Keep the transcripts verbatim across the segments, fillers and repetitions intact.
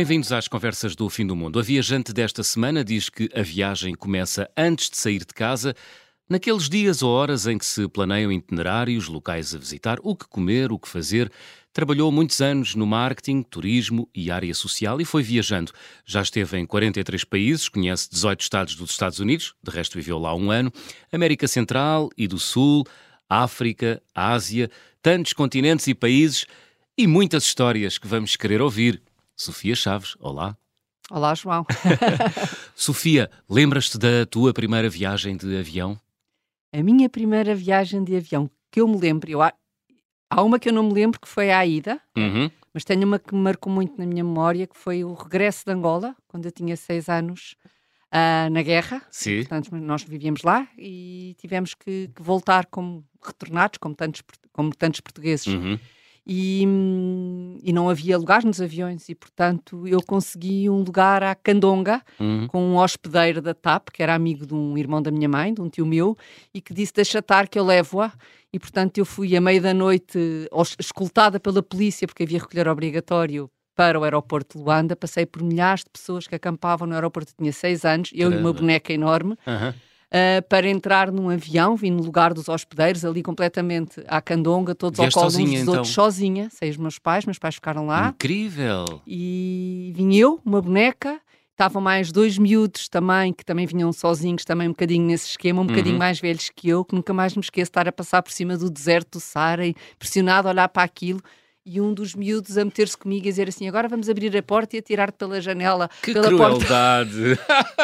Bem-vindos às Conversas do Fim do Mundo. A viajante desta semana diz que a viagem começa antes de sair de casa, naqueles dias ou horas em que se planeiam itinerários, locais a visitar, o que comer, o que fazer. Trabalhou muitos anos no marketing, turismo e área social e foi viajando. Já esteve em quarenta e três países, conhece dezoito estados dos Estados Unidos, de resto viveu lá um ano, América Central e do Sul, África, Ásia, tantos continentes e países e muitas histórias que vamos querer ouvir. Sofia Chaves, olá. Olá, João. Sofia, lembras-te da tua primeira viagem de avião? A minha primeira viagem de avião que eu me lembro, eu, há, há uma que eu não me lembro que foi à ida, Uhum. mas tenho uma que me marcou muito na minha memória, que foi o regresso de Angola, quando eu tinha seis anos, uh, na guerra. Sim. Portanto, nós vivíamos lá e tivemos que, que voltar como retornados, como tantos, como tantos portugueses. Uhum. E, e não havia lugares nos aviões e, portanto, eu consegui um lugar à Candonga, Uhum. com um hospedeiro da TAP, que era amigo de um irmão da minha mãe, de um tio meu, e que disse, deixa estar que eu levo-a. E, portanto, eu fui à meia da noite escoltada pela polícia, porque havia recolher obrigatório para o aeroporto de Luanda. Passei por milhares de pessoas que acampavam no aeroporto. Eu tinha seis anos, eu Caramba. e uma boneca enorme. Uhum. Uh, para entrar num avião, vim no lugar dos hospedeiros, ali completamente à Candonga, todos Vieste ao colo uns sozinha, dos então? outros, sozinha, sei os meus pais, meus pais ficaram lá, Incrível! e vim eu, uma boneca, estavam mais dois miúdos também, que também vinham sozinhos, também um bocadinho nesse esquema, um bocadinho Uhum. mais velhos que eu, que nunca mais me esqueço de estar a passar por cima do deserto do Saara, impressionado a olhar para aquilo, e um dos miúdos a meter-se comigo e a dizer assim, agora vamos abrir a porta e atirar-te pela janela, Que pela porta. crueldade!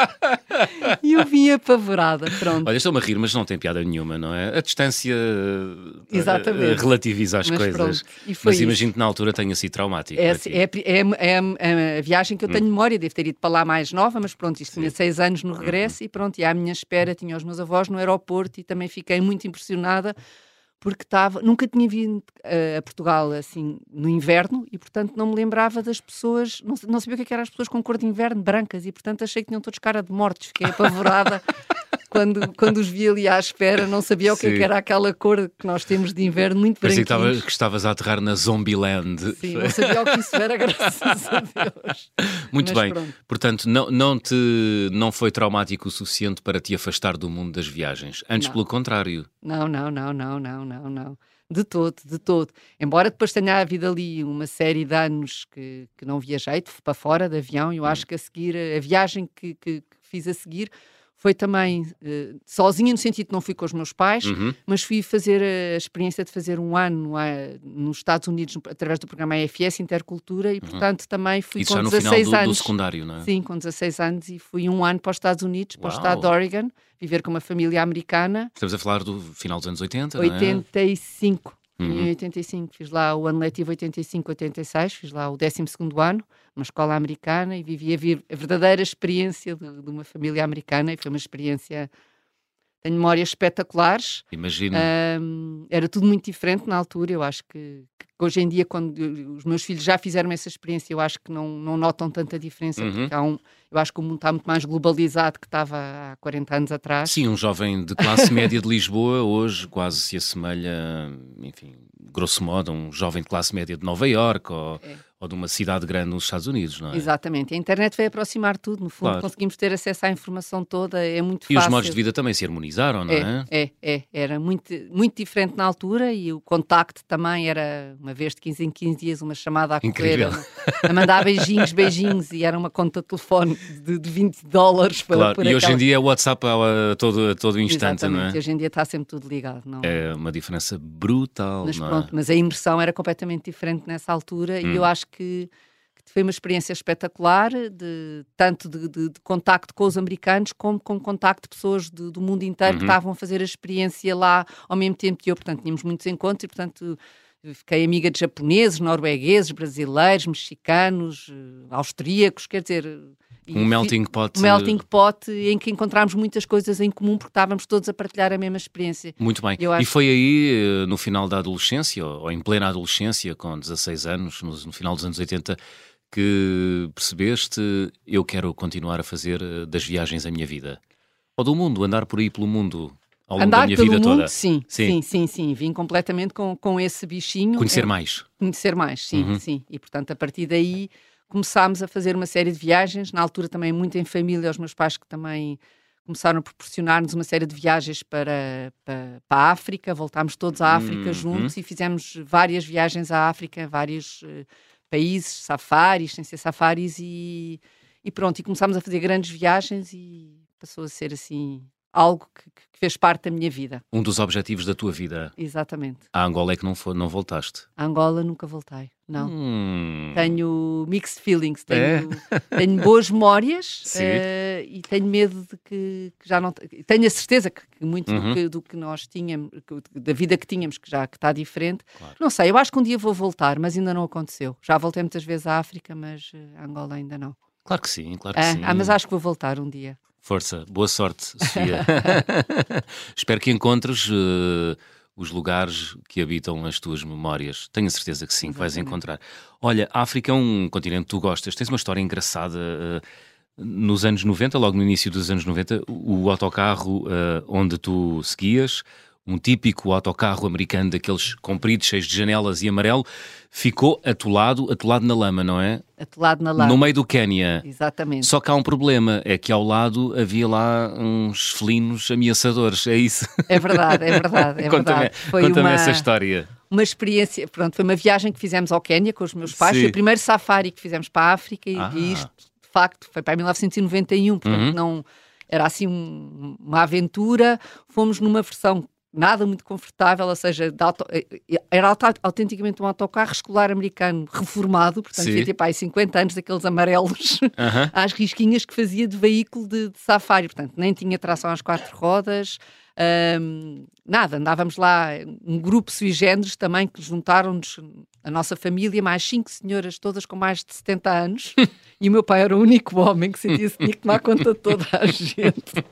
E eu vim apavorada, pronto. Olha, estou-me a rir, mas não tem piada nenhuma, não é? A distância uh, Exatamente. uh, relativiza as Mas coisas. pronto, e foi Mas isso. imagino que na altura tenha sido traumático. É, para ti. é, é, é a viagem que eu tenho memória, devo ter ido para lá mais nova, mas pronto, isto tinha seis anos no regresso, uhum. E pronto, e à minha espera tinha os meus avós no aeroporto e também fiquei muito impressionada porque estava, nunca tinha vindo uh, a Portugal assim no inverno e portanto não me lembrava das pessoas, não, não sabia o que eram as pessoas com cor de inverno, brancas, e portanto achei que tinham todos cara de mortos, fiquei apavorada. Quando, quando os vi ali à espera, não sabia o que, é que era aquela cor que nós temos de inverno, muito Parecia branquinhos. que, que estavas a aterrar na Zombieland. Sim, não sabia o que isso era, graças a Deus. Muito Mas bem, pronto. Portanto, não, não, te, não foi traumático o suficiente para te afastar do mundo das viagens. Antes, Não. pelo contrário. Não, não, não, não, não, não, não. De todo, de todo. Embora depois tenha havido ali uma série de anos que, que não viajei para fora de avião, eu acho que a seguir, a viagem que, que, que fiz a seguir foi também uh, sozinha, no sentido que não fui com os meus pais, Uhum. mas fui fazer a experiência de fazer um ano uh, nos Estados Unidos, através do programa I F S, Intercultura, e portanto também fui Isso com já no dezasseis final do, anos. do secundário, não é? Sim, com dezasseis anos, e fui um ano para os Estados Unidos, para Uau. o estado de Oregon, viver com uma família americana. Estamos a falar do final dos anos oitenta, não é? oitenta e cinco. Uhum. Em oitenta e cinco, fiz lá o ano letivo oitenta e cinco, oitenta e seis, fiz lá o décimo segundo ano, uma escola americana, e vivi a, vir, a verdadeira experiência de, de uma família americana, e foi uma experiência, tenho memórias espetaculares. Imagino. Um, era tudo muito diferente na altura, eu acho que, que hoje em dia, quando os meus filhos já fizeram essa experiência, eu acho que não, não notam tanta diferença, Uhum. porque há um, eu acho que o mundo está muito mais globalizado que estava há quarenta anos atrás. Sim, um jovem de classe média de Lisboa hoje quase se assemelha, enfim, grosso modo, a um jovem de classe média de Nova Iorque ou, É. ou de uma cidade grande nos Estados Unidos, não é? Exatamente, a internet veio aproximar tudo, no fundo, Claro. conseguimos ter acesso à informação toda, é muito E fácil. os modos de vida também se harmonizaram, não é? É, é, é, era muito, muito diferente na altura, e o contacto também era uma vez de quinze em quinze dias, uma chamada a correr, Incrível. a, a mandar beijinhos, beijinhos, e era uma conta de telefone de, de vinte dólares para Claro, por e hoje aquela... em dia é WhatsApp a, a todo, a todo instante, Exatamente, não é? hoje em dia está sempre tudo ligado. Não... É uma diferença brutal, Mas não pronto, é? mas a imersão era completamente diferente nessa altura, Hum. e eu acho que, que foi uma experiência espetacular, de, tanto de, de, de contacto com os americanos, como com contacto de pessoas de, do mundo inteiro, Uhum. que estavam a fazer a experiência lá ao mesmo tempo que eu. Portanto, tínhamos muitos encontros e, portanto, fiquei amiga de japoneses, noruegueses, brasileiros, mexicanos, eh, austríacos, quer dizer... e Um melting pot. Um melting pot em que encontramos muitas coisas em comum, porque estávamos todos a partilhar a mesma experiência. Muito bem. Eu E acho- foi aí, eh, no final da adolescência, ou ou em plena adolescência, com dezasseis anos, no, no final dos anos oitenta, que percebeste, eu quero continuar a fazer eh, das viagens a minha vida? Ou do mundo, andar por aí pelo mundo ao longo da Andar minha pelo vida mundo, toda? sim, Sim. sim, sim, sim. Vim completamente com, com esse bichinho. Conhecer É, mais. Conhecer mais, sim, Uhum. sim. E, portanto, a partir daí começámos a fazer uma série de viagens, na altura também muito em família, os meus pais que também começaram a proporcionar-nos uma série de viagens para, para, para a África, voltámos todos à África Uhum. juntos e fizemos várias viagens à África, vários uh, países, safaris, sem ser safaris, e, e pronto, e começámos a fazer grandes viagens e passou a ser assim algo que, que fez parte da minha vida. Um dos objetivos da tua vida. Exatamente. A Angola é que não, for, não voltaste. A Angola nunca voltei, não. Hum. Tenho mixed feelings, tenho, É? tenho boas memórias Sim. uh, e tenho medo de que, que já não... Tenho a certeza que, que muito Uhum. do, que, do que nós tínhamos, que, da vida que tínhamos, que já que está diferente. Claro. Não sei, eu acho que um dia vou voltar, mas ainda não aconteceu. Já voltei muitas vezes à África, mas uh, a Angola ainda não. Claro que sim, claro que Ah, sim. ah, mas acho que vou voltar um dia. Força, boa sorte, Sofia. Espero que encontres uh, os lugares que habitam as tuas memórias. Tenho a certeza que sim, que vais Exatamente. encontrar. Olha, a África é um continente que tu gostas. Tens uma história engraçada. Uh, nos anos noventa, logo no início dos anos noventa, o autocarro uh, onde tu seguias, um típico autocarro americano daqueles compridos, cheios de janelas e amarelo, ficou atolado, atolado na lama, não é? Atolado na lama. No meio do Quénia. Exatamente. Só que há um problema, é que ao lado havia lá uns felinos ameaçadores, é isso? É verdade, é verdade, é Conta-me, verdade. Foi conta-me uma, essa história. uma experiência, pronto, foi uma viagem que fizemos ao Quénia com os meus pais, Sim. foi o primeiro safari que fizemos para a África e, Ah. e isto, de facto, foi para mil novecentos e noventa e um, portanto Uhum. não, era assim um- uma aventura, fomos numa versão nada muito confortável, ou seja, de auto, era auto, autenticamente um autocarro escolar americano reformado, portanto Sim. devia ter pá, aí cinquenta anos daqueles amarelos Aham. às risquinhas que fazia de veículo de, de safari, portanto nem tinha tração às quatro rodas, hum, nada, andávamos lá, um grupo sui generis também que juntaram-nos, a nossa família, mais cinco senhoras, todas com mais de setenta anos, e o meu pai era o único homem que sentia-se que tinha que tomar conta de toda a gente.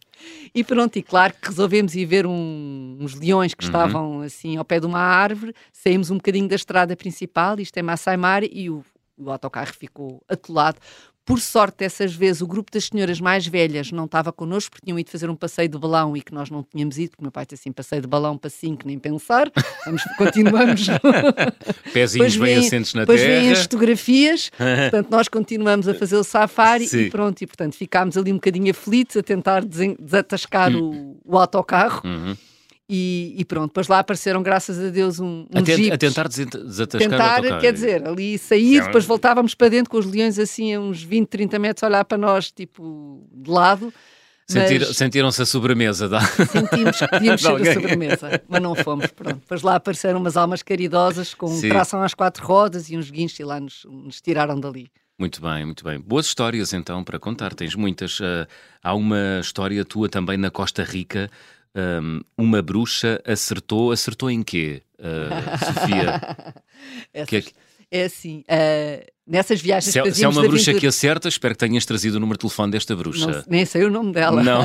E pronto, e claro que resolvemos ir ver um- uns leões que Uhum. estavam assim ao pé de uma árvore, saímos um bocadinho da estrada principal, isto é Masai Mara, e o, o autocarro ficou atolado. Por sorte, dessas vezes, o grupo das senhoras mais velhas não estava connosco, porque tinham ido fazer um passeio de balão e que nós não tínhamos ido, porque o meu pai disse assim, passeio de balão para cinco, nem pensar, vamos, continuamos. Pezinhos bem vêm- assentes na depois vêm as terra. fotografias, portanto nós continuamos a fazer o safari Sim. e pronto, e portanto ficámos ali um bocadinho aflitos a tentar desen- desatascar o, o autocarro. Uhum. E, e pronto, depois lá apareceram, graças a Deus, um, A, uns tent- a jipes. tentar desen- desatascar o Tentar, autocarro. quer dizer, ali sair, Isso é depois um- voltávamos para dentro com os leões assim a uns vinte, trinta metros a olhar para nós, tipo, de lado. Sentir- Mas Sentiram-se a sobremesa. Dá? sentimos que podíamos De ser alguém. a sobremesa, mas não fomos, pronto. Depois lá apareceram umas almas caridosas com Sim. tração às quatro rodas e uns guinchos e lá nos, nos tiraram dali. Muito bem, muito bem. Boas histórias então para contar, tens muitas. Ah, há uma história tua também na Costa Rica. Ahm, uma bruxa acertou, acertou em quê, ah, Sofia? Essas- Que é que- É assim, ah, nessas viagens Se que é, se é fazíamos uma de bruxa aventura- que acerta, espero que tenhas trazido o número de telefone desta Não, bruxa. nem sei o nome dela. Não,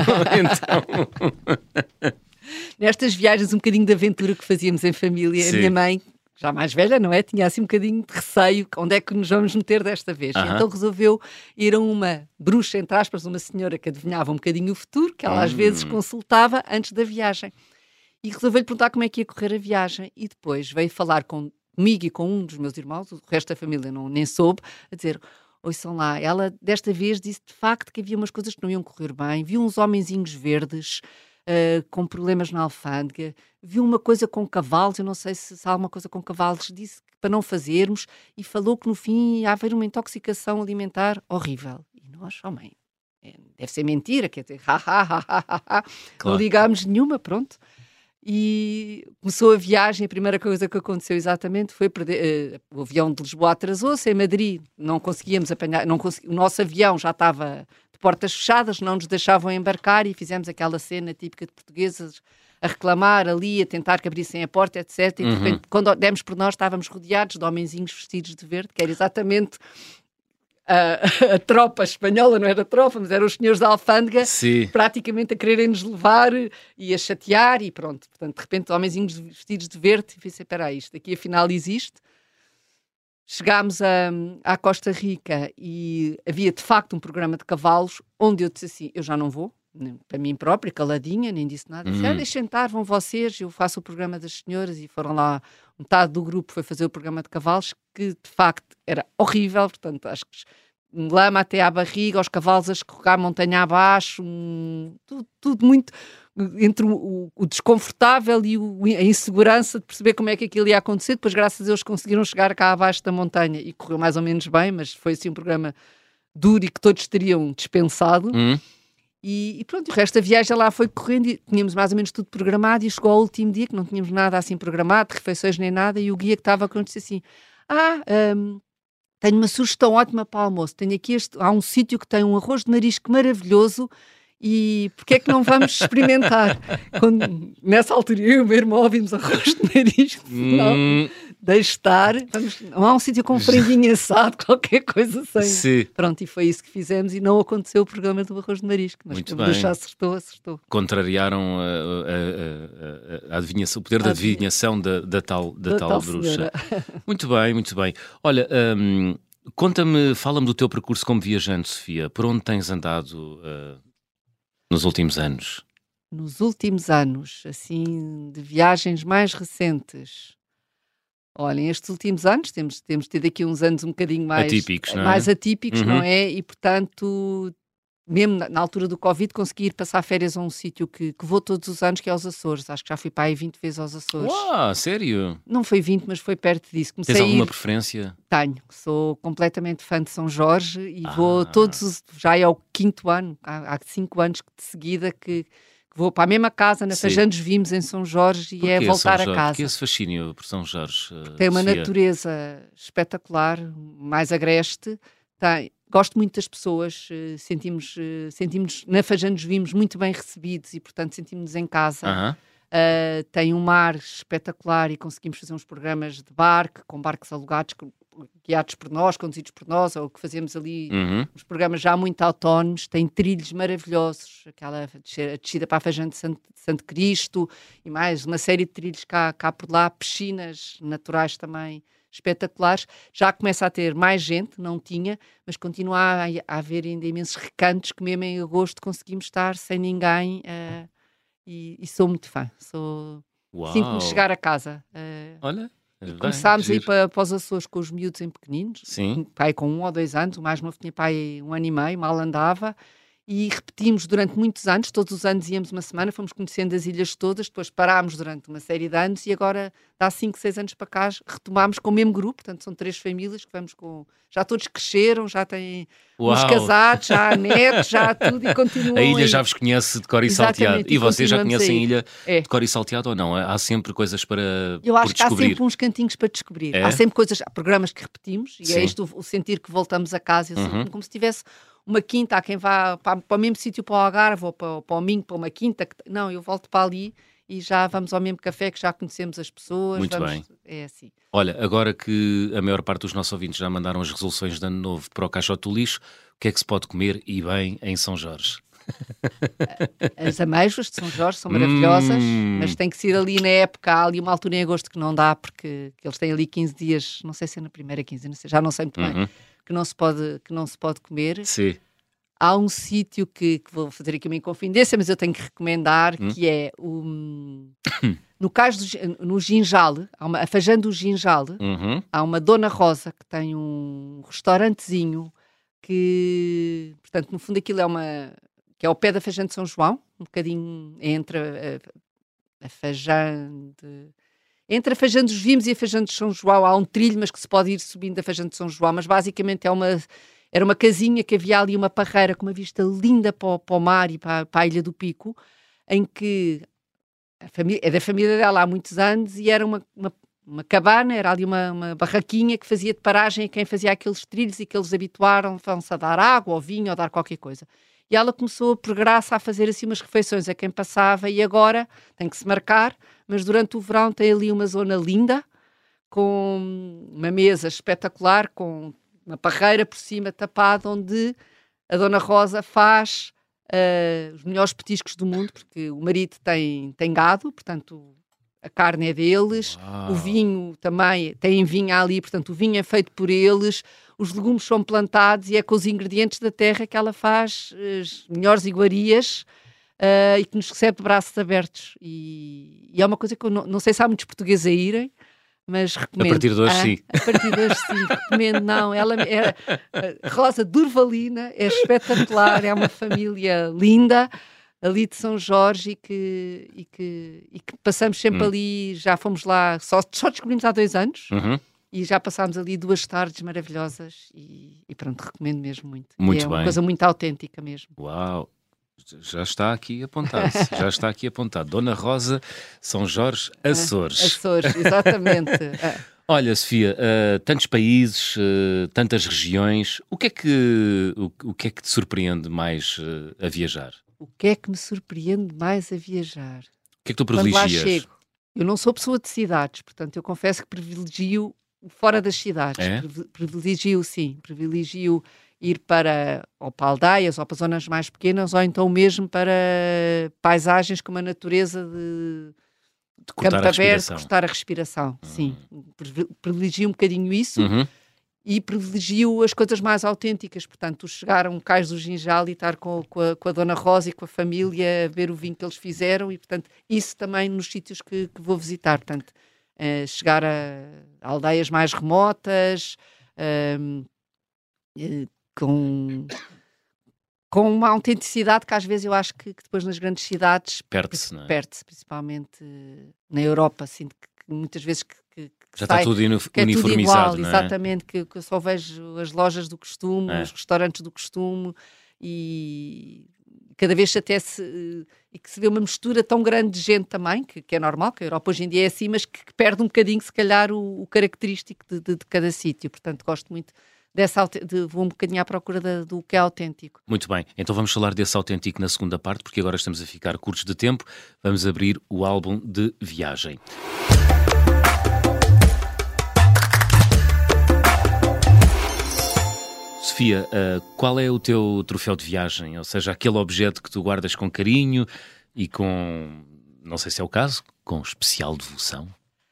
então. Nestas viagens um bocadinho de aventura que fazíamos em família, Sim. a minha mãe, já mais velha, não é? Tinha assim um bocadinho de receio, onde é que nos vamos meter desta vez? Aham. Então resolveu ir a uma bruxa, entre aspas, uma senhora que adivinhava um bocadinho o futuro, que ela às Hum. vezes consultava antes da viagem. E resolveu-lhe perguntar como é que ia correr a viagem. E depois veio falar com, comigo e com um dos meus irmãos, o resto da família não, nem soube, a dizer... Ouçam lá, ela desta vez disse de facto que havia umas coisas que não iam correr bem, viu uns homenzinhos verdes uh, com problemas na alfândega, viu uma coisa com cavalos, eu não sei se, se há alguma coisa com cavalos, disse que para não fazermos e falou que no fim ia haver uma intoxicação alimentar horrível. E nós, oh mãe, é, deve ser mentira, quer dizer, ha, ha, ha, ha, ha, ha. Não Claro. ligámos nenhuma, pronto. E começou a viagem, a primeira coisa que aconteceu exatamente foi perder, uh, o avião de Lisboa atrasou-se, em Madrid não conseguíamos apanhar, não consegui, o nosso avião já estava de portas fechadas, não nos deixavam embarcar e fizemos aquela cena típica de portuguesas a reclamar ali, a tentar que abrissem a porta, etcétera. E de Uhum. repente, quando demos por nós, estávamos rodeados de homenzinhos vestidos de verde, que era exatamente a, a tropa espanhola, não era tropa, mas eram os senhores da alfândega, Sim. praticamente a quererem-nos levar e a chatear e pronto. Portanto, de repente, homenzinhos vestidos de verde, e pensei, espera aí, isto aqui afinal existe. Chegámos a, à Costa Rica e havia de facto um programa de cavalos onde eu disse assim, eu já não vou, para mim própria, caladinha, nem disse nada. Disse, Uhum. ah, deixem estar, vão vocês, eu faço o programa das senhoras. E foram lá, metade do grupo foi fazer o programa de cavalos, que de facto era horrível, portanto, acho que lama até à barriga, aos cavalos a escorregar montanha abaixo, um, tudo, tudo muito entre o, o desconfortável e o, a insegurança de perceber como é que aquilo ia acontecer. Depois, graças a Deus, conseguiram chegar cá abaixo da montanha e correu mais ou menos bem, mas foi assim um programa duro e que todos teriam dispensado. Uhum. E, e pronto, o resto da viagem lá foi correndo e tínhamos mais ou menos tudo programado e chegou ao último dia que não tínhamos nada assim programado, refeições nem nada, e o guia que estava com disse assim, ah, um, tenho uma sugestão ótima para o almoço, tenho aqui este, há um sítio que tem um arroz de marisco maravilhoso e porque é que não vamos experimentar? Quando, nessa altura eu e o meu irmão ouvimos arroz de marisco, não, Hum. deixe estar, vamos, não há um sítio com franguinho assado, qualquer coisa sem. Sim. Pronto, e foi isso que fizemos e não aconteceu o programa do arroz de marisco, mas Muito o bem. Bruxa acertou, acertou. Contrariaram a, a- a- a- a adivinhação, o poder da A adivinha- adivinhação da, da tal, da Da tal, tal bruxa. senhora. Muito bem, muito bem. Olha, hum, conta-me, fala-me do teu percurso como viajante, Sofia. Por onde tens andado uh, nos últimos anos? Nos últimos anos, assim, de viagens mais recentes, olhem, estes últimos anos temos, temos tido aqui uns anos um bocadinho mais Atípicos, não é? mais atípicos, Uhum. não é? E portanto, mesmo na, na altura do Covid, consegui ir passar férias a um sítio que, que vou todos os anos, que é aos Açores. Acho que já fui para aí vinte vezes aos Açores. Uau, sério? Não foi vinte, mas foi perto disso. Comecei Tens a alguma ir, preferência? tenho, sou completamente fã de São Jorge e Ah. vou todos os, já é o quinto ano, há, há cinco anos de seguida que, que vou para a mesma casa, na Sim. Feijão dos Vimos, em São Jorge, e Porquê é voltar São a Jorge? casa. Porquê esse fascínio por São Jorge? uh, Tem uma Sofia? natureza espetacular, mais agreste. Tem, gosto muito das pessoas, eh, sentimos, eh, sentimos na Feijão dos Vimos muito bem recebidos e, portanto, sentimos-nos em casa. Aham. Uh, tem um mar espetacular e conseguimos fazer uns programas de barco, com barcos alugados, com- guiados por nós, conduzidos por nós, ou que fazemos ali Uhum. uns programas já muito autónomos. Tem trilhos maravilhosos, aquela descer- a descida para a Feijão de Santo, de Santo Cristo e mais uma série de trilhos cá, cá por lá, piscinas naturais também espetaculares. Já começa a ter mais gente, não tinha, mas continua a, a haver ainda imensos recantos que mesmo em agosto conseguimos estar sem ninguém. uh, e, e sou muito fã, sou... Uau. sinto-me chegar a casa. Uh, Olha, bem, começámos a ir giro. para, para os Açores com os miúdos em pequeninos, Sim. pai com um ou dois anos, o mais novo tinha pai um ano e meio, mal andava, e repetimos durante muitos anos, todos os anos íamos uma semana, fomos conhecendo as ilhas todas, depois parámos durante uma série de anos e agora, dá cinco, seis anos para cá, retomámos com o mesmo grupo, portanto são três famílias que vamos com... Já todos cresceram, já têm uns Uau. casados, já há netos, já há tudo e continuam A ilha aí. já vos conhece de cor e Exatamente, salteado. E e vocês já continuamos conhecem a aí. ilha É. de cor e salteado ou não? Há sempre coisas para Eu por acho que há descobrir. sempre uns cantinhos para descobrir. É? Há sempre coisas, há programas que repetimos, e Sim. é isto o, o sentir que voltamos a casa. Eu Uhum. sinto-me como se tivesse uma quinta, há quem vá para, para o mesmo sítio, para o Algarve, ou para, para o Minho, para uma quinta. Que, não, eu volto para ali e já vamos ao mesmo café, que já conhecemos as pessoas. Muito vamos, bem. É assim. Olha, agora que a maior parte dos nossos ouvintes já mandaram as resoluções de ano novo para o caixote do lixo, o que é que se pode comer e bem em São Jorge? As amêijoas de São Jorge são maravilhosas, Hum. mas tem que ser ali na época, há ali uma altura em agosto que não dá, porque que eles têm ali quinze dias, não sei se é na primeira quinze, não sei, já não sei muito bem, Uhum. que não se pode, que não se pode comer. Sim. Há um sítio que, que vou fazer aqui uma inconfidência, mas eu tenho que recomendar, Hum. que é o, no caso do, Gi- no Ginjal, há uma, a Feijão do Ginjal, Uhum. há uma Dona Rosa que tem um restaurantezinho que, portanto, no fundo aquilo é uma, que é ao pé da Feijão de São João, um bocadinho entre a, a Feijão de... Entre a Feijão dos Vimos e a Feijão de São João há um trilho, mas que se pode ir subindo a Feijão de São João, mas basicamente é uma... Era uma casinha que havia ali uma parreira com uma vista linda para o, para o mar e para, para a Ilha do Pico, em que a família, é da família dela há muitos anos e era uma, uma, uma cabana, era ali uma, uma barraquinha que fazia de paragem a quem fazia aqueles trilhos e que eles habituaram, vão-se a dar água ou vinho ou dar qualquer coisa. E ela começou, por graça, a fazer assim umas refeições a quem passava e agora tem que se marcar, mas durante o verão tem ali uma zona linda, com uma mesa espetacular, com uma parreira por cima tapada, onde a Dona Rosa faz uh, os melhores petiscos do mundo, porque o marido tem, tem gado, portanto a carne é deles, Uau. o vinho também, tem vinho ali, portanto o vinho é feito por eles, os legumes são plantados e é com os ingredientes da terra que ela faz as melhores iguarias, uh, e que nos recebe de braços abertos. E, e é uma coisa que eu não, não sei se há muitos portugueses a irem, mas recomendo. A partir de hoje, ah, sim. A partir de hoje, sim. Recomendo, não. Ela é, Rosa Durvalina é espetacular, é uma família linda, ali de São Jorge, e que, e que, e que passamos sempre hum. ali, já fomos lá, só, só descobrimos há dois anos, uhum. e já passámos ali duas tardes maravilhosas, e, e pronto, recomendo mesmo muito. Muito é bem. uma coisa muito autêntica mesmo. Uau! Já está aqui apontado, já está aqui apontado. Dona Rosa, São Jorge, Açores. Ah, Açores, exatamente. Olha, Sofia, uh, tantos países, uh, tantas regiões, o que é que, o, o que é que te surpreende mais uh, a viajar? O que é que me surpreende mais a viajar? O que é que tu privilegias? Quando lá chego, eu não sou pessoa de cidades, portanto eu confesso que privilegio fora das cidades. É? Privilegio, sim, privilegio ir para, ou para aldeias, ou para zonas mais pequenas, ou então mesmo para paisagens com uma natureza de, de cortar campo a aberto, cortar a respiração. Hum. Sim, privilegio um bocadinho isso. Uhum. E privilegio as coisas mais autênticas, portanto, chegar a um cais do Ginjal e estar com, com, a, com a Dona Rosa e com a família a ver o vinho que eles fizeram, e portanto, isso também nos sítios que, que vou visitar, portanto, uh, chegar a, a aldeias mais remotas, uh, uh, com, com uma autenticidade que às vezes eu acho que, que depois nas grandes cidades perde-se, não é? Perde-se, principalmente na Europa, sinto que, que muitas vezes que, que já sai, está tudo que é uniformizado, tudo igual, não é? Exatamente, que, que eu só vejo as lojas do costume, é. os restaurantes do costume, e cada vez até se, e que se vê uma mistura tão grande de gente também, que, que é normal, que a Europa hoje em dia é assim, mas que, que perde um bocadinho, se calhar, o, o característico de, de, de cada sítio. Portanto, gosto muito dessa, de, vou um bocadinho à procura de, do que é autêntico. Muito bem, então vamos falar desse autêntico na segunda parte, porque agora estamos a ficar curtos de tempo. Vamos abrir o álbum de viagem. Sofia, uh, qual é o teu troféu de viagem? Ou seja, aquele objeto que tu guardas com carinho e com, não sei se é o caso, com especial devoção?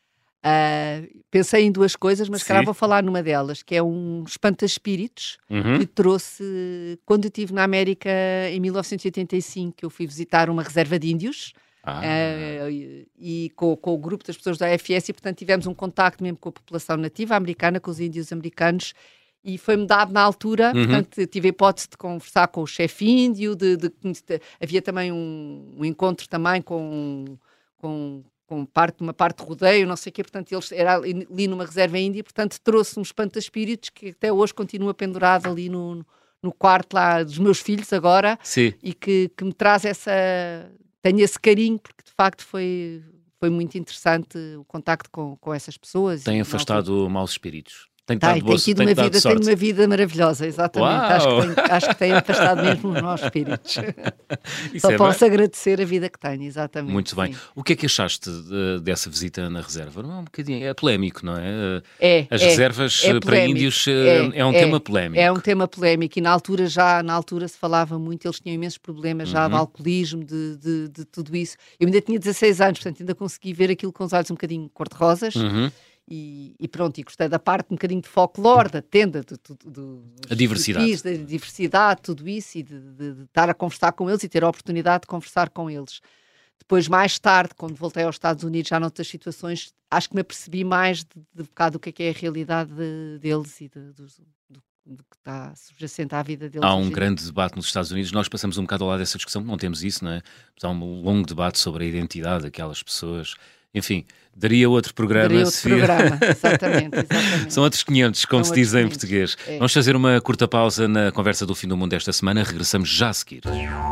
Uh, pensei em duas coisas, mas se calhar vou falar numa delas, que é um espanta-espíritos uhum. que trouxe quando eu estive na América em mil novecentos e oitenta e cinco, que eu fui visitar uma reserva de índios. Ah. Uh, e, e com, com o grupo das pessoas da A F S, e portanto tivemos um contacto mesmo com a população nativa americana, com os índios americanos, e foi-me dado na altura, uhum. portanto tive a hipótese de conversar com o chefe índio, de, de, de, havia também um, um encontro também com, com, com parte, uma parte de rodeio, não sei o quê, portanto eles, era ali numa reserva índia, portanto trouxe um espanta-espíritos que até hoje continua pendurado ali no, no quarto lá dos meus filhos agora. Sim. E que, que me traz essa, tenho esse carinho, porque de facto foi, foi muito interessante o contacto com, com essas pessoas. Tem afastado maus espíritos. Tem, tá, tem tido tem uma vida, tenho uma vida maravilhosa, exatamente. Acho que, tem, acho que tem afastado mesmo os maus espíritos. Só é posso bem. agradecer a vida que tenho, exatamente. Muito bem. Sim. O que é que achaste de, dessa visita na reserva? Não é um bocadinho, é polémico, não é? É. As é, reservas é para índios é, é um é, tema polémico. É um tema polémico, e na altura já na altura se falava muito, eles tinham imensos problemas já uhum. de alcoolismo, de, de, de tudo isso. Eu ainda tinha dezasseis anos, portanto ainda consegui ver aquilo com os olhos um bocadinho cor-de-rosas. Uhum. E, e pronto, e gostei da parte um bocadinho de folclore, da tenda, do, do, do, a diversidade. Perfis, da diversidade, tudo isso, e de, de, de estar a conversar com eles e ter a oportunidade de conversar com eles. Depois, mais tarde, quando voltei aos Estados Unidos, já noutras situações, acho que me apercebi mais de, de um bocado do que é, que é a realidade de, deles e de, do, do, do que está subjacente à vida deles. Há um grande debate nos Estados Unidos, nós passamos um bocado ao lado dessa discussão, não temos isso, não é? Mas há um longo debate sobre a identidade daquelas pessoas. Enfim, daria outro programa. Daria outro Sofia. programa, exatamente, exatamente. São outros quinhentos, como São se diz em quinhentos. português. É. Vamos fazer uma curta pausa na conversa do Fim do Mundo esta semana. Regressamos já a seguir.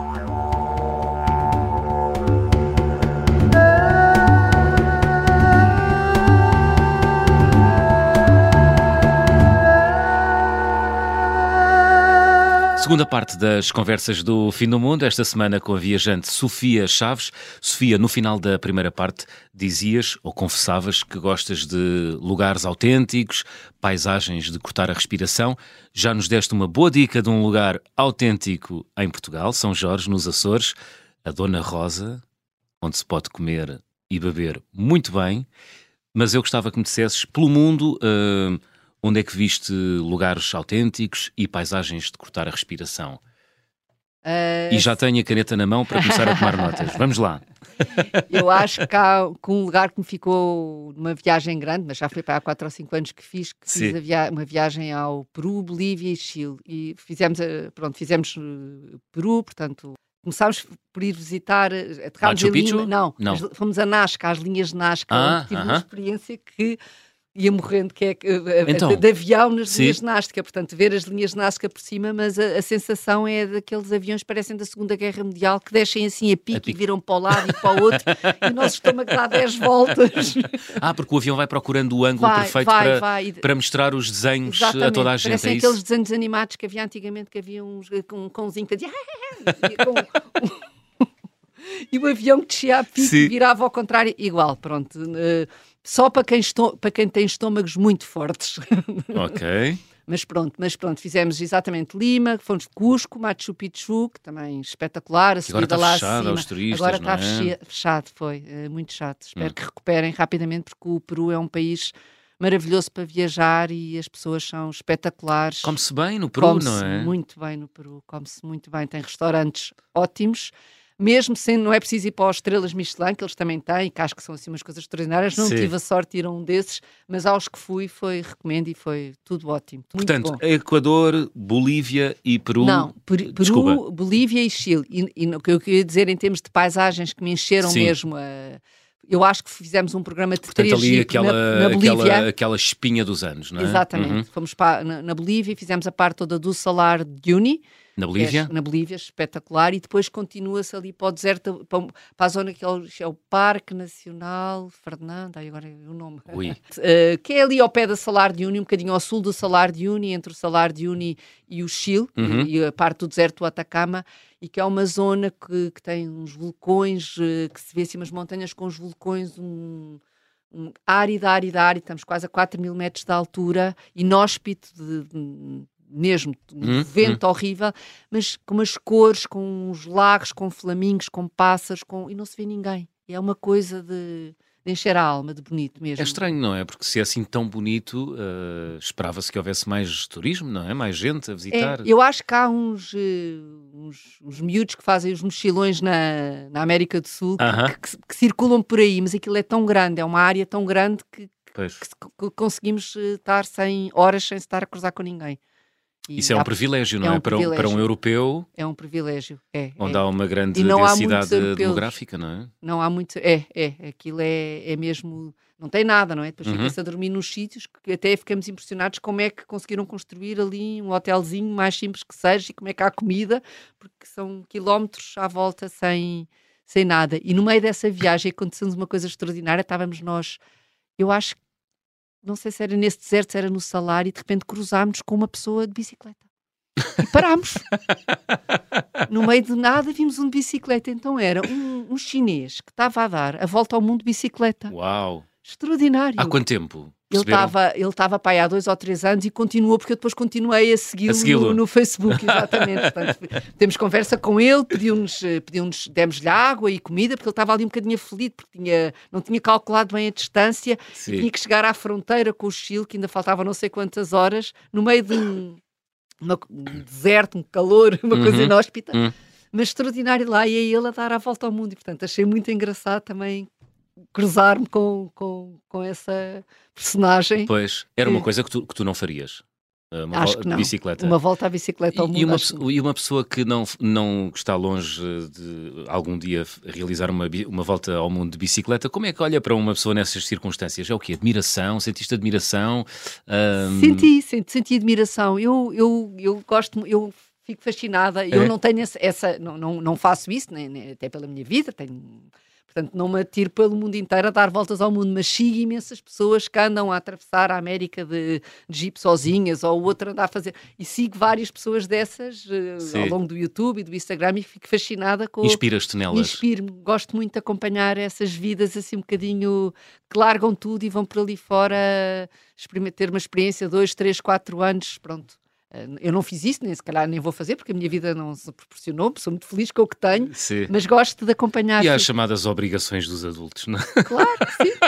Segunda parte das conversas do Fim do Mundo, esta semana com a viajante Sofia Chaves. Sofia, no final da primeira parte, dizias ou confessavas que gostas de lugares autênticos, paisagens de cortar a respiração. Já nos deste uma boa dica de um lugar autêntico em Portugal, São Jorge, nos Açores, a Dona Rosa, onde se pode comer e beber muito bem. Mas eu gostava que me dissesses, pelo mundo, uh, onde é que viste lugares autênticos e paisagens de cortar a respiração? Uh, Uh, E já tenho a caneta na mão para começar a tomar notas. Vamos lá. Eu acho que há que um lugar que me ficou numa viagem grande, mas já foi para há quatro ou cinco anos que fiz, que fiz a via uma viagem ao Peru, Bolívia e Chile. E fizemos, pronto, fizemos Peru, portanto, começámos por ir visitar, aterrámos em Lima, não, não. As, fomos a Nazca, às linhas de Nazca, ah, onde tive uh-huh. uma experiência que ia morrendo, que é então, de, de avião nas sim. linhas de Nazca, portanto, ver as linhas de Nazca por cima, mas a, a sensação é daqueles aviões que parecem da Segunda Guerra Mundial, que descem assim a pique, a pique. E viram para o lado e para o outro, e o nosso estômago dá dez voltas. Ah, porque o avião vai procurando o ângulo vai, perfeito vai, para, vai. para mostrar os desenhos Exatamente. a toda a gente. Parecem é aqueles isso? desenhos animados que havia antigamente, que havia uns, com um cãozinho que dizia... e, com, um, e o avião que descia a pique Sim. virava ao contrário, igual, pronto... Uh, Só para quem, estou, para quem tem estômagos muito fortes. Ok. Mas pronto, mas pronto, fizemos exatamente Lima, fomos de Cusco, Machu Picchu, que também espetacular, a agora está lá fechado acima. aos turistas, Agora não está é? fechado, foi é, muito chato. Espero hum. que recuperem rapidamente, porque o Peru é um país maravilhoso para viajar e as pessoas são espetaculares. Come-se bem no Peru, come-se não é? muito bem no Peru, come-se muito bem, tem restaurantes ótimos. Mesmo sendo, não é preciso ir para as estrelas Michelin, que eles também têm, que acho que são assim umas coisas extraordinárias. Não Sim. tive a sorte de ir a um desses, mas aos que fui, foi, recomendo e foi tudo ótimo. Muito Portanto, bom. Equador, Bolívia e Peru. Não, Peru, Desculpa. Bolívia e Chile. E, e o que eu queria dizer em termos de paisagens que me encheram Sim. mesmo a. Eu acho que fizemos um programa de Portanto, três ali aquela, na, na Bolívia. aquela, aquela espinha dos anos, não é? Exatamente. Uhum. Fomos para, na, na Bolívia e fizemos a parte toda do Salar de Uyuni. Na Bolívia? É, na Bolívia, espetacular. E depois continua-se ali para o deserto, para, para a zona que é o, é o Parque Nacional Fernando, ai, agora é o nome. Ui. Uh, que é ali ao pé do Salar de Uyuni, um bocadinho ao sul do Salar de Uyuni, entre o Salar de Uyuni e o Chile, Uhum. e, e a parte do deserto do Atacama, e que é uma zona que, que tem uns vulcões, uh, que se vê assim umas montanhas com os vulcões, um, um árida, árida, árida, estamos quase a quatro mil metros de altura, inóspito de, de mesmo, um Hum, vento hum. horrível, mas com umas cores, com uns lagos, com flamingos, com pássaros, com... e não se vê ninguém. É uma coisa de, de encher a alma, de bonito mesmo. É estranho, não é? Porque se é assim tão bonito, uh, esperava-se que houvesse mais turismo, não é? Mais gente a visitar. É, eu acho que há uns, uh, uns, uns miúdos que fazem os mochilões na, na América do Sul, que, Aham. que, que, que circulam por aí, mas aquilo é tão grande, é uma área tão grande que, Pois. que, que conseguimos uh, estar sem horas sem estar a cruzar com ninguém. E Isso é um há- privilégio, não é é? um Para, um, para um privilégio. europeu, É um privilégio, é. onde é. há uma grande E não há muitos densidade europeus. demográfica, não é? Não há muito. É, é. Aquilo é, é mesmo. Não tem nada, não é? Depois Uhum. fica-se a dormir nos sítios que até ficamos impressionados como é que conseguiram construir ali um hotelzinho mais simples que seja e como é que há comida, porque são quilómetros à volta sem, sem nada. E no meio dessa viagem aconteceu-nos uma coisa extraordinária. Estávamos nós, eu acho, que- não sei se era nesse deserto, se era no Salar, e de repente cruzámos com uma pessoa de bicicleta. E parámos. No meio de nada vimos um de bicicleta. Então era um, um chinês que estava a dar a volta ao mundo de bicicleta. Uau! Extraordinário. Há quanto tempo? Ele Perceberam? estava ele estava para aí há dois ou três anos e continuou, porque eu depois continuei a segui-lo, A segui-lo. no, no Facebook, exatamente. Portanto, temos conversa com ele, pediu-nos, eh, pediu-nos, demos-lhe água e comida, porque ele estava ali um bocadinho aflito, porque tinha, não tinha calculado bem a distância Sim. e tinha que chegar à fronteira com o Chile, que ainda faltavam não sei quantas horas, no meio de um, uma- um deserto, um calor, uma coisa Uhum. inóspita, Hum. mas extraordinário lá, e é ele a dar a volta ao mundo, e portanto achei muito engraçado também cruzar-me com, com, com essa personagem. Pois, era uma que- coisa que tu, que tu não farias. Uh, Uma Acho vol- que não. de bicicleta. Uma volta à bicicleta ao E, mundo. e uma, acho que pesso- e uma pessoa que não, não está longe de algum dia f- realizar uma, bi- uma volta ao mundo de bicicleta, como é que olha para uma pessoa nessas circunstâncias? É o quê? Admiração? Sentiste admiração? Ahm, Senti, senti, senti admiração. Eu, eu, eu gosto, eu fico fascinada. Eu É? não tenho essa, essa- não, não, não faço isso, nem, nem- até pela minha vida, tenho, portanto, não me atiro pelo mundo inteiro a dar voltas ao mundo, mas sigo imensas pessoas que andam a atravessar a América de, de jeep sozinhas, ou outra anda a fazer. E sigo várias pessoas dessas eh, Sim. ao longo do YouTube e do Instagram e fico fascinada com. Inspiras-te nelas? Inspiro-me, gosto muito de acompanhar essas vidas assim um bocadinho que largam tudo e vão por ali fora experimentar, ter uma experiência de dois, três, quatro anos, pronto, Eu não fiz isso, nem se calhar nem vou fazer, porque a minha vida não se proporcionou, sou muito feliz com o que tenho, Sim. mas gosto de acompanhar... E há as chamadas obrigações dos adultos, não é? Claro que sim,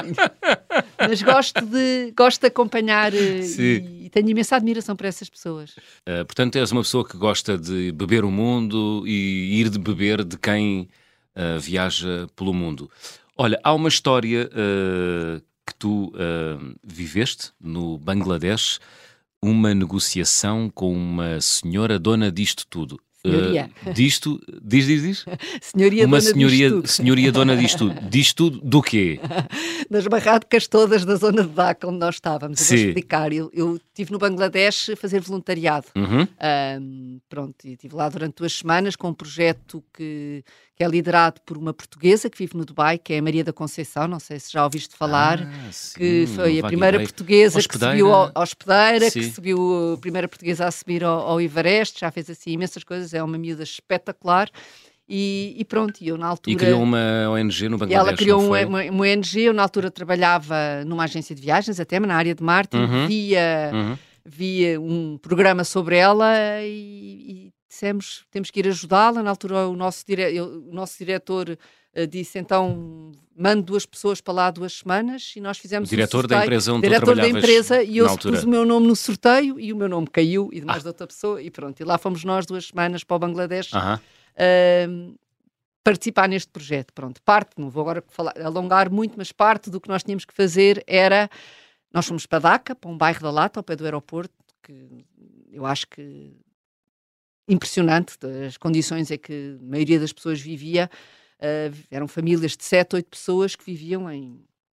mas gosto de, gosto de acompanhar e, e tenho imensa admiração por essas pessoas. Uh, portanto, és uma pessoa que gosta de beber o mundo e ir de beber de quem uh, viaja pelo mundo. Olha, há uma história uh, que tu uh, viveste no Bangladesh, uma negociação com uma senhora dona disto tudo. Senhoria. Uh, disto, diz, diz, diz? Senhoria uma dona senhoria, disto tudo. senhoria dona disto tudo. Disto tudo do quê? Das barracas todas da zona de Dhaka onde nós estávamos. Eu vou Sim. explicar. Eu, eu estive no Bangladesh a fazer voluntariado. Uhum. Um, pronto, e estive lá durante duas semanas com um projeto que, que é liderado por uma portuguesa que vive no Dubai, que é a Maria da Conceição, não sei se já ouviste falar, ah, sim, que foi a vaga primeira ideia. portuguesa Hospedeira. que subiu ao, à hospedeira, Sim. que subiu a primeira portuguesa a subir ao, ao Everest, já fez assim imensas coisas, é uma miúda espetacular. E, e pronto, e eu na altura... E criou uma O N G no Bangladesh, ela criou não uma, foi? uma, uma O N G, eu na altura trabalhava numa agência de viagens, até na área de marketing, Uhum. via, Uhum. via um programa sobre ela e, e dissemos, temos que ir ajudá-la. Na altura o nosso, dire, eu, o nosso diretor uh, disse, então, mande duas pessoas para lá duas semanas e nós fizemos O diretor um da sorteio. empresa onde tu diretor da trabalhavas empresa e eu na altura. pus o meu nome no sorteio e o meu nome caiu e de mais Ah. de outra pessoa e pronto. E lá fomos nós duas semanas para o Bangladesh. Aham. Uh, participar neste projeto. Pronto, parte, não vou agora falar, alongar muito, mas parte do que nós tínhamos que fazer era, nós fomos para Dhaka, para um bairro da Lata, ao pé do aeroporto, que eu acho que impressionante, as condições em que a maioria das pessoas vivia, uh, eram famílias de sete, oito pessoas que viviam em,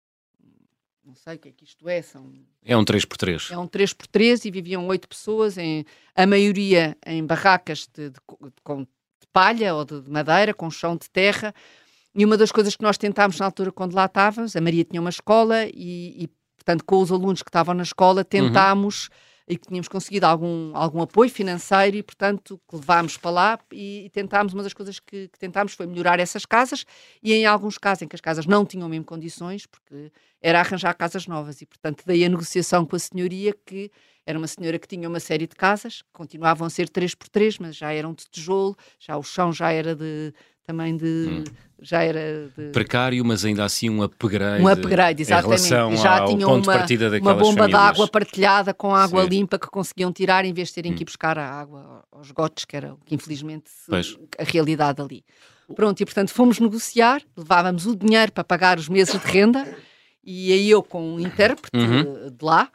não sei o que é que isto é, são... É um três por três. É um três por três e viviam oito pessoas, em, a maioria em barracas de, de, de, com palha ou de madeira, com chão de terra, e uma das coisas que nós tentámos na altura quando lá estávamos, a Maria tinha uma escola e, e portanto, com os alunos que estavam na escola, tentámos, uhum. e que tínhamos conseguido algum, algum apoio financeiro e, portanto, que levámos para lá e, e tentámos, uma das coisas que, que tentámos foi melhorar essas casas e em alguns casos em que as casas não tinham mesmo condições, porque era arranjar casas novas e, portanto, daí a negociação com a senhoria, que era uma senhora que tinha uma série de casas, que continuavam a ser três por três, mas já eram de tijolo, já o chão já era de, também de... Hum. Já era de... Precário, mas ainda assim um upgrade. Um upgrade, exatamente. Em relação já ao tinham ponto de uma, partida daquelas uma bomba de famílias. água partilhada com água Sim. limpa que conseguiam tirar em vez de terem hum. que ir buscar a água aos gotes, que era que infelizmente pois. a realidade ali. Pronto, e portanto fomos negociar, levávamos o dinheiro para pagar os meses de renda. E aí eu com um intérprete uhum. de lá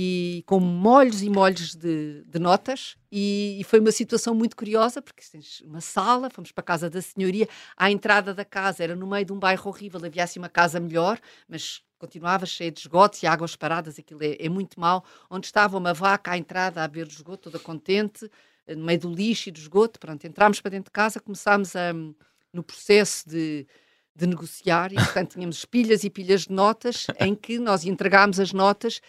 e com molhos e molhos de, de notas e, e foi uma situação muito curiosa porque tens uma sala, fomos para a casa da senhoria, à entrada da casa era no meio de um bairro horrível, havia assim uma casa melhor, mas continuava cheia de esgotos e águas paradas, aquilo é, é muito mau, onde estava uma vaca à entrada a beber do esgoto, toda contente, no meio do lixo e do esgoto. Pronto, entrámos para dentro de casa, começámos a, no processo de de negociar, e portanto tínhamos pilhas e pilhas de notas em que nós entregámos as notas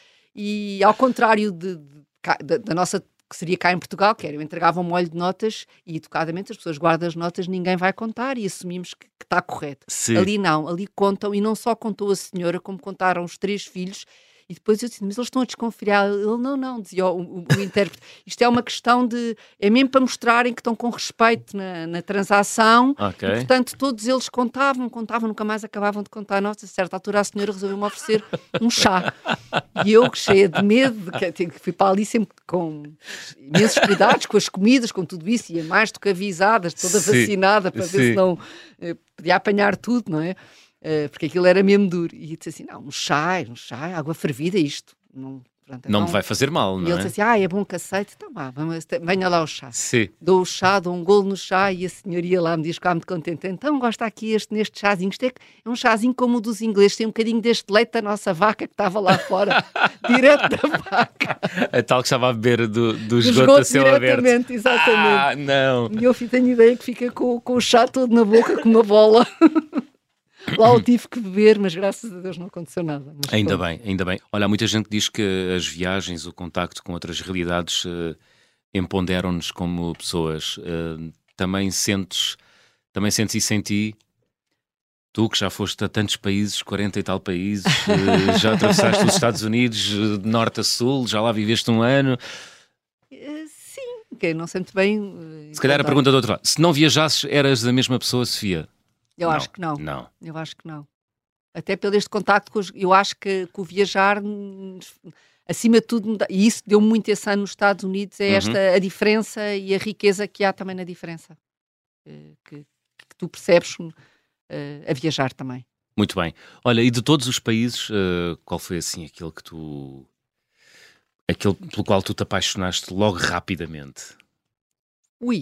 e ao contrário de, de, de, da nossa, que seria cá em Portugal, que era, eu entregava um molho de notas e educadamente as pessoas guardam as notas, ninguém vai contar e assumimos que, que está correto. Sim. Ali não, ali contam e não só contou a senhora, como contaram os três filhos. E depois eu disse, mas eles estão a desconfiar. Ele, não, não, dizia o, o, o intérprete. Isto é uma questão de... É mesmo para mostrarem que estão com respeito na, na transação. Okay. E, portanto, todos eles contavam, contavam, nunca mais acabavam de contar. Nossa, a certa altura a senhora resolveu-me oferecer um chá. E eu, cheia de medo, que fui para ali sempre com imensos cuidados, com as comidas, com tudo isso, ia mais do que avisadas, toda Sim. vacinada, para Sim. ver se não... Eh, podia apanhar tudo, não é? Uh, porque aquilo era mesmo duro. E disse assim, não, um chá, um chá, água fervida, isto. Não, pronto, não então... me vai fazer mal, não e ele é? disse assim, ah, é bom que aceite. Então vá, vamos, venha lá o chá. Sim. Dou o chá, dou um golo no chá e a senhoria lá me diz, cá muito contente, então gosta aqui este, neste chazinho. Isto é, é um chazinho como o dos ingleses, tem um bocadinho deste leite da nossa vaca que estava lá fora, direto da vaca. A tal que estava a beber do, do esgoto, esgoto a céu aberto. Exatamente. Ah, não. E eu tenho ideia que fica com, com o chá todo na boca, com uma bola. Lá eu tive que beber, mas graças a Deus não aconteceu nada. Mas ainda pronto. bem, ainda bem. Olha, há muita gente que diz que as viagens, o contacto com outras realidades uh, empoderam-nos como pessoas. Uh, também sentes, também sentes isso em ti? Tu que já foste a tantos países, quarenta e tal países, uh, já atravessaste os Estados Unidos de norte a sul, já lá viveste um ano. que não sei muito bem. Se calhar a pergunta do outro lado. Se não viajasses, eras a mesma pessoa, Sofia? Eu não, acho que não. não. Eu acho que não. Até pelo este contacto com os... Eu acho que, que o viajar, acima de tudo, e isso deu muito esse ano nos Estados Unidos, é esta uhum. a diferença e a riqueza que há também na diferença. Que, que tu percebes uh, a viajar também. Muito bem. Olha, e de todos os países, uh, qual foi assim aquele que tu... aquele pelo qual tu te apaixonaste logo rapidamente? Ui!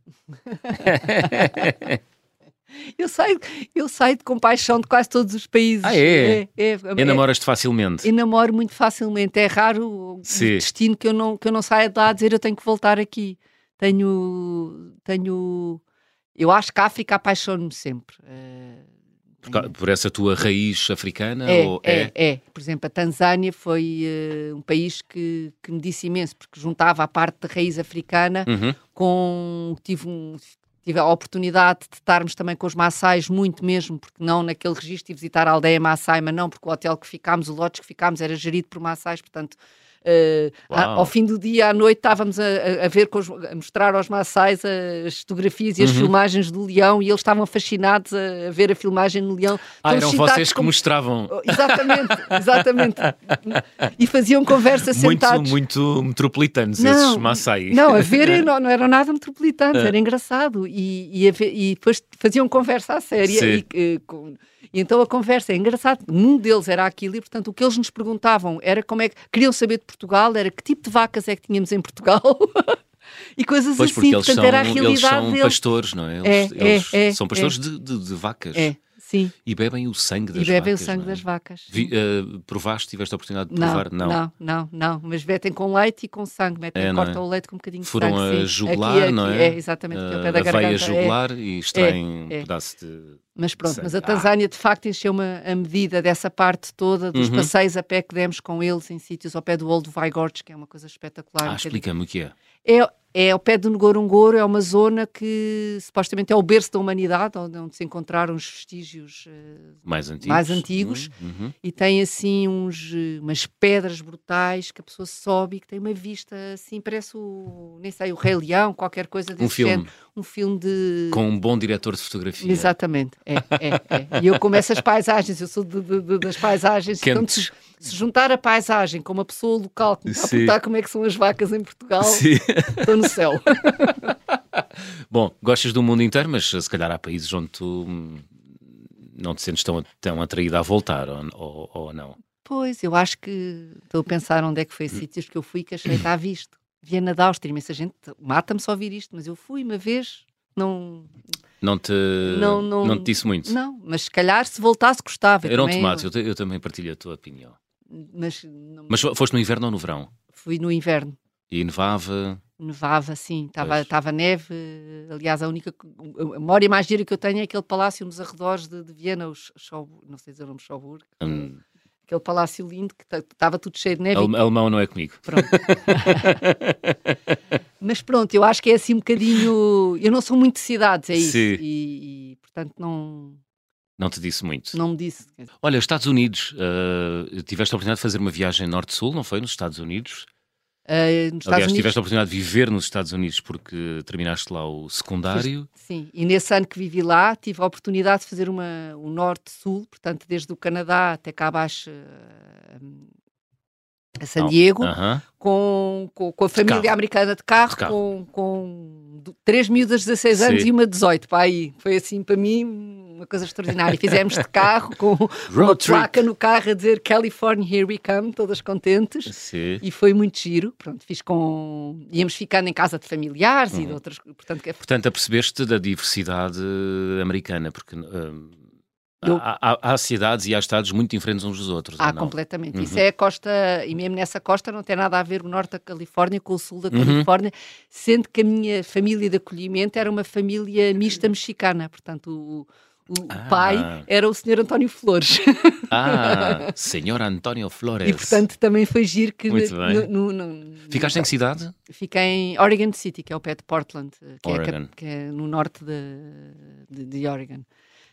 eu, saio, eu saio de compaixão de quase todos os países. Ah, é? é, é, é Enamoras-te facilmente? Enamoro muito facilmente. É raro o Sim. destino que eu, não, que eu não saia de lá a dizer eu tenho que voltar aqui. Tenho... tenho eu acho que a África apaixona-me sempre. Uh, Por, por essa tua raiz africana? É, ou é, é? é. Por exemplo, a Tanzânia foi uh, um país que, que me disse imenso, porque juntava a parte da raiz africana uhum. com... Tive, um, tive a oportunidade de estarmos também com os Maasais, muito mesmo, porque não naquele registro de visitar a aldeia Maasai, mas não, porque o hotel que ficámos, o lodge que ficámos era gerido por Maasais, portanto... Uh, a, ao fim do dia, à noite, estávamos a, a, a ver, com os, a mostrar aos Maasais as fotografias e as uhum. filmagens do leão, e eles estavam fascinados a, a ver a filmagem no leão. Ah, eram vocês como... que mostravam. Exatamente, exatamente. E faziam conversa sentados. Muito, muito metropolitanos, não, esses Maasai. Não, a ver não, não eram nada metropolitanos, era engraçado. E, e, a ver, e depois faziam conversa à séria. E, e, com, e então a conversa é engraçada. Um deles era aquilo e, portanto, o que eles nos perguntavam era como é que... Queriam saber de Portugal, era que tipo de vacas é que tínhamos em Portugal. E coisas pois, assim, portanto são, era a realidade eles são deles. pastores, não é? Eles, é, eles é, são pastores é. de, de, de vacas. É, sim. E bebem o sangue das vacas. E bebem vacas, o sangue não é? das vacas. Vi, uh, provaste, tiveste a oportunidade de provar? Não, não, não, não. Mas metem com leite e com sangue. Metem, é, cortam é? o leite com um bocadinho de Foram sangue. Foram a jugular, aqui, aqui, não é? É, exatamente, aqui ao pé da uh, garganta. A veia jugular é. e extraem é, é. um pedaço de... Mas pronto, sangue. mas a Tanzânia ah. de facto encheu-me a medida dessa parte toda, dos uhum. passeios a pé que demos com eles em sítios ao pé do Old Vai Gorge, que é uma coisa espetacular. Ah, um explica-me o que é. É, é ao pé do Ngorongoro, é uma zona que supostamente é o berço da humanidade, onde, onde se encontraram os vestígios uh, mais antigos, mais antigos uhum. e tem assim uns, umas pedras brutais que a pessoa sobe e que tem uma vista assim, parece o, nem sei, o Rei Leão, qualquer coisa desse um filme. género. Um filme de... Com um bom diretor de fotografia. Exatamente, é, é, é. E eu como essas paisagens, eu sou de, de, de, das paisagens, então se, se juntar a paisagem com uma pessoa local que me está a perguntar como é que são as vacas em Portugal, estou no céu. Bom, gostas do mundo inteiro, mas se calhar há países onde tu não te sentes tão, tão atraída a voltar, ou, ou, ou não? Pois, eu acho que estou a pensar onde é que foi a sítios que eu fui que achei que está visto. Viena da Áustria, imensa gente mata-me só ouvir isto, mas eu fui uma vez, não... Não te, não, não, não te disse muito? Não, mas se calhar se voltasse gostava. Era um tomate, eu, eu também partilho a tua opinião. Mas, não... mas foste no inverno ou no verão? Fui no inverno. E nevava? Nevava, sim, estava neve. Aliás, a única a memória mais gira que eu tenho é aquele palácio nos arredores de, de Viena, o Schauburg, não sei dizer o nome, Schauburg. Hum. Aquele palácio lindo que estava tudo cheio de neve. Al alemão não é comigo. Pronto. Mas pronto, eu acho que é assim um bocadinho... Eu não sou muito de cidades, é isso. Sim. E, e, portanto, não... Não te disse muito. Não me disse. Olha, Estados Unidos, uh, tiveste a oportunidade de fazer uma viagem norte-sul, não foi? Nos Estados Unidos? Uh, nos Estados Aliás, Unidos... tiveste a oportunidade de viver nos Estados Unidos porque terminaste lá o secundário. Sim, e nesse ano que vivi lá, tive a oportunidade de fazer uma, um norte-sul, portanto, desde o Canadá até cá abaixo uh, a San Diego, oh, uh-huh. com, com, com a família americana de carro, de carro. Com, com três miúdas de dezasseis anos Sim. e uma de dezoito, para aí. Foi assim, para mim, uma coisa extraordinária. Fizemos de carro, com uma placa no carro a dizer California, here we come, todas contentes. Sim. E foi muito giro. Pronto, fiz com... Íamos ficando em casa de familiares uhum. e de outras... Portanto, que... Portanto, apercebeste da diversidade americana, porque... Uh... Eu... Há, há, há cidades e há estados muito diferentes uns dos outros. Ah, completamente. Uhum. Isso é a costa, e mesmo nessa costa não tem nada a ver o norte da Califórnia com o sul da Califórnia, uhum. sendo que a minha família de acolhimento era uma família mista mexicana, portanto o, o ah. pai era o senhor António Flores. Ah, senhor António Flores. E portanto também foi giro que... Muito no, bem. No, no, no, Ficaste em que cidade? Fiquei em Oregon City, que é ao pé de Portland, que, Oregon. é, que é no norte de, de, de Oregon.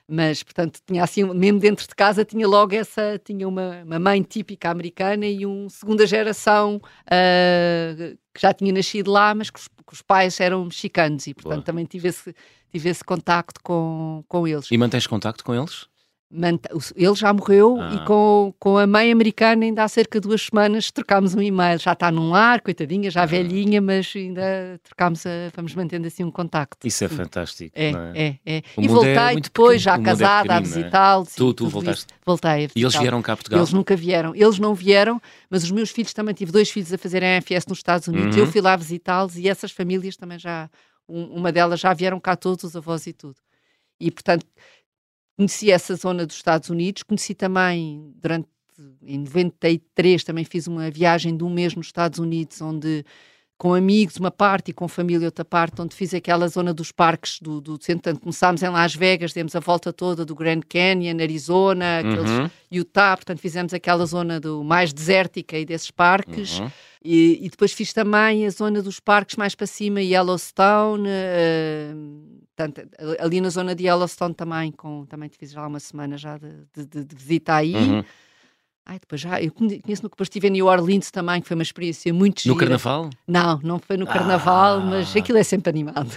Mas, portanto, tinha assim, mesmo dentro de casa, tinha logo essa, tinha uma, uma mãe típica americana e uma segunda geração uh, que já tinha nascido lá, mas que os, que os pais eram mexicanos e, portanto, Boa. também tive esse, tive esse contacto com, com eles. E mantens contacto com eles? Mant- Ele já morreu Ah. e com, com a mãe americana ainda há cerca de duas semanas trocámos um e-mail. Já está num lar, coitadinha, já Ah. velhinha, mas ainda trocámos, a, vamos mantendo assim um contacto. Isso é Sim. fantástico, É, não é? é, é. O E mundo voltei é muito depois, pequeno, já o mundo é casada, a pequenino, não é? visitá-lo. sim, Tu- tu tudo voltaste? isso. Voltei a E eles visitá-lo. vieram cá a Portugal? Eles nunca vieram. Eles não vieram, mas os meus filhos também, tive dois filhos a fazerem a F S nos Estados Unidos. Uhum. Eu fui lá visitá-los e essas famílias também já, um- uma delas já vieram cá todos, os avós e tudo. E, portanto, conheci essa zona dos Estados Unidos, conheci também, durante, em noventa e três, também fiz uma viagem de um mês nos Estados Unidos, onde, com amigos, uma parte, e com família, outra parte, onde fiz aquela zona dos parques do, do centro. Portanto, começámos em Las Vegas, demos a volta toda do Grand Canyon, Arizona, aqueles, Uhum. Utah, portanto, fizemos aquela zona do, mais desértica e desses parques. Uhum. E, e depois fiz também a zona dos parques mais para cima, Yellowstone, eh, portanto, ali na zona de Yellowstone também, com, também fiz já uma semana já de, de- de- de visita aí. Uhum. Ai, depois já, eu conheço, depois estive em New Orleans também, que foi uma experiência muito gira. No Carnaval? Não, não foi no Carnaval, Ah. mas aquilo é sempre animado.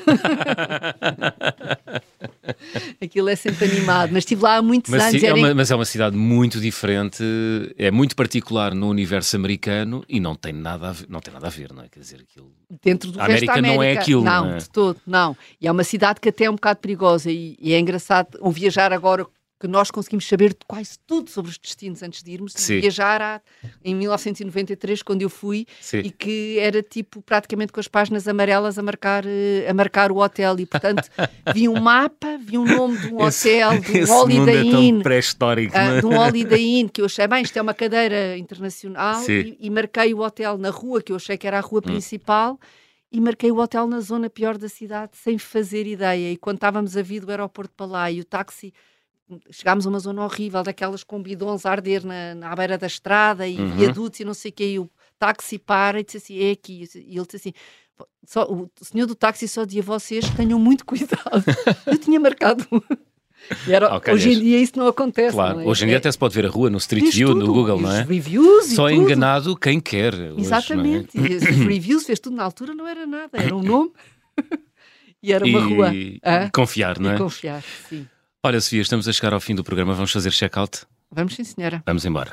Aquilo é sempre animado, mas estive lá há muitos Mas, anos. sim, é era em- uma, mas é uma cidade muito diferente, é muito particular no universo americano e não tem nada a ver, não tem nada a ver, não é? Quer dizer, aquilo... Dentro do A resto da América não é América. aquilo, Não, não é? de todo, não. E é uma cidade que até é um bocado perigosa e, e é engraçado o viajar agora, que nós conseguimos saber de quase tudo sobre os destinos antes de irmos. Sim. Viajar há, em mil novecentos e noventa e três, quando eu fui, Sim. e que era tipo praticamente com as páginas amarelas a marcar, eh, a marcar o hotel. E portanto vi um mapa, vi um nome de um Esse- hotel, de um esse mundo Holiday é tão Inn. pré-histórico, Ah, não é? de um Holiday Inn, que eu achei, bem, isto é uma cadeira internacional, Sim. e, e marquei o hotel na rua, que eu achei que era a Hum. rua principal, e marquei o hotel na zona pior da cidade, sem fazer ideia. E quando estávamos a vir do aeroporto para lá, e o táxi, chegámos a uma zona horrível, daquelas com bidões a arder na, na beira da estrada, e Uhum. viadutos e não sei o quê, e o táxi para e disse assim, é aqui. E ele disse assim, só, o senhor do táxi só dizia, vocês tenham muito cuidado. Eu tinha marcado... E era, Ok, hoje em és- dia isso não acontece. Claro, não é? hoje em dia É- até se pode ver a rua no Street Vês View, no tudo, Google, e não os é? reviews e Só tudo. enganado quem quer. hoje, não é? Exatamente. E os reviews, fez tudo na altura, não era nada. Era um nome e era uma E rua. Hã? confiar, não é? E confiar, sim. Olha, Sofia, estamos a chegar ao fim do programa, vamos fazer check-out? Vamos sim, senhora. Vamos embora.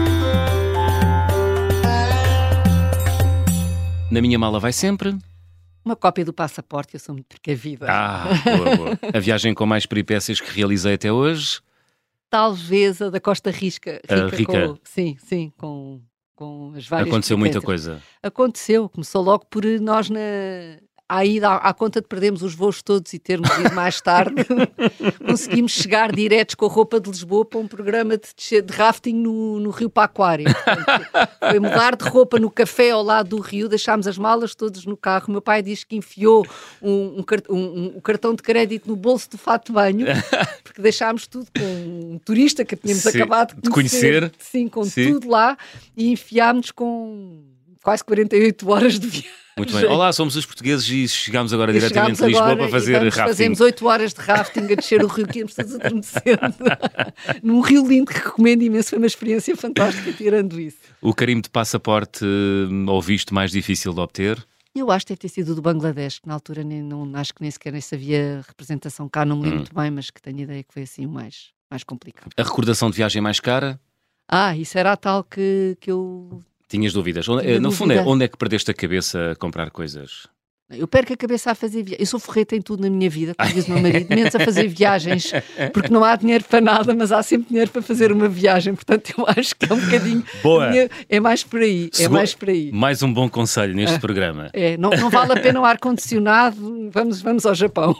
Na minha mala vai sempre. Uma cópia do passaporte, eu sou muito precavida. Ah, boa, boa. A viagem com mais peripécias que realizei até hoje. Talvez a da Costa Risca. A Rica, Rica. Com, sim, sim, com, com as várias Aconteceu muita peripécias. coisa. Aconteceu, começou logo por nós na... à ida, à, à conta de perdermos os voos todos e termos ido mais tarde, conseguimos chegar diretos com a roupa de Lisboa para um programa de, descer- de rafting no, no Rio Paquari. Portanto, foi mudar de roupa no café ao lado do rio, deixámos as malas todas no carro. O meu pai diz que enfiou um, um, cart- um- um- um cartão de crédito no bolso do fato de banho, porque deixámos tudo com um turista que tínhamos Sim, acabado de de conhecer. Sim, com Sim. tudo lá, e enfiámos com quase quarenta e oito horas de viagem. Muito bem. Olá, somos os portugueses e chegámos agora E diretamente chegámos de Lisboa agora para e fazer vamos- rafting. Fazemos oito horas de rafting a descer o rio, que íamos todos adormecendo. Num rio lindo que recomendo imenso, foi uma experiência fantástica tirando isso. O carimbo de passaporte hum, ou visto mais difícil de obter? Eu acho que deve ter sido do Bangladesh, que na altura nem, não, acho que nem sequer nem havia representação cá, não me lembro Hum. muito bem, mas que tenho ideia que foi assim o mais, mais complicado. A recordação de viagem mais cara? Ah, isso era a tal que, que eu... Tinhas dúvidas? Onde- Tinha no fundo é, dúvida. onde é que perdeste a cabeça a comprar coisas? Eu perco a cabeça a fazer viagens. Eu sou forreta em tudo na minha vida, como diz o meu marido, menos a fazer viagens, porque não há dinheiro para nada, mas há sempre dinheiro para fazer uma viagem. Portanto, eu acho que é um bocadinho. Boa. É mais por aí. É Segu- mais por aí. Mais um bom conselho neste programa. É, não, não vale a pena o ar-condicionado, vamos, vamos ao Japão.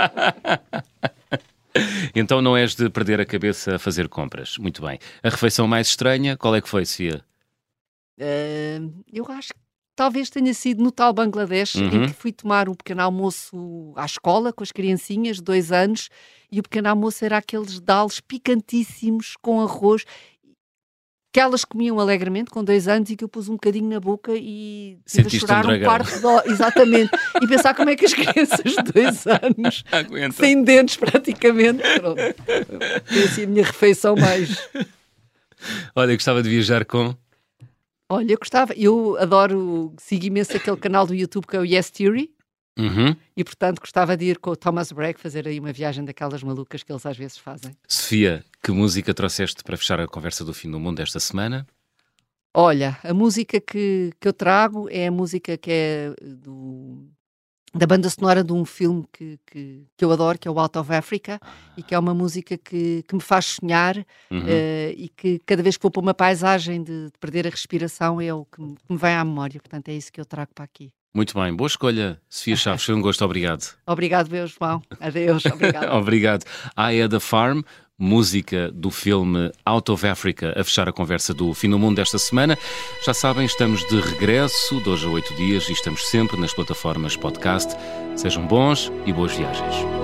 Então não és de perder a cabeça a fazer compras. Muito bem. A refeição mais estranha, qual é que foi, Sofia? Ah, eu acho que talvez tenha sido no tal Bangladesh, Uhum. em que fui tomar um pequeno almoço à escola com as criancinhas de dois anos, e o pequeno almoço era aqueles dalos picantíssimos com arroz. que elas comiam alegremente com dois anos e que eu pus um bocadinho na boca e tive a Sentiste chorar um um dragão. quarto de hora, exatamente, e pensar como é que as crianças de dois anos, Aguenta. sem dentes praticamente, pronto, foi assim a minha refeição mais... Olha, gostava de viajar com... Olha, eu gostava, eu adoro, sigo imenso aquele canal do YouTube que é o Yes Theory, Uhum. e portanto gostava de ir com o Thomas Bragg fazer aí uma viagem daquelas malucas que eles às vezes fazem. Sofia, que música trouxeste para fechar a conversa do Fim do Mundo esta semana? Olha, a música que, que eu trago é a música que é do, da banda sonora de um filme que, que, que eu adoro, que é o Out of Africa, e que é uma música que, que me faz sonhar Uhum. eh, e que cada vez que vou para uma paisagem de, de perder a respiração é o que me, que me vem à memória. Portanto, é isso que eu trago para aqui. Muito bem, boa escolha, Sofia Chaves, foi um gosto, obrigado. Obrigado, meu João. Adeus, obrigado. Obrigado. I Had a Farm, música do filme Out of Africa, a fechar a conversa do Fim do Mundo desta semana. Já sabem, estamos de regresso, de hoje a oito dias, e estamos sempre nas plataformas podcast. Sejam bons e boas viagens.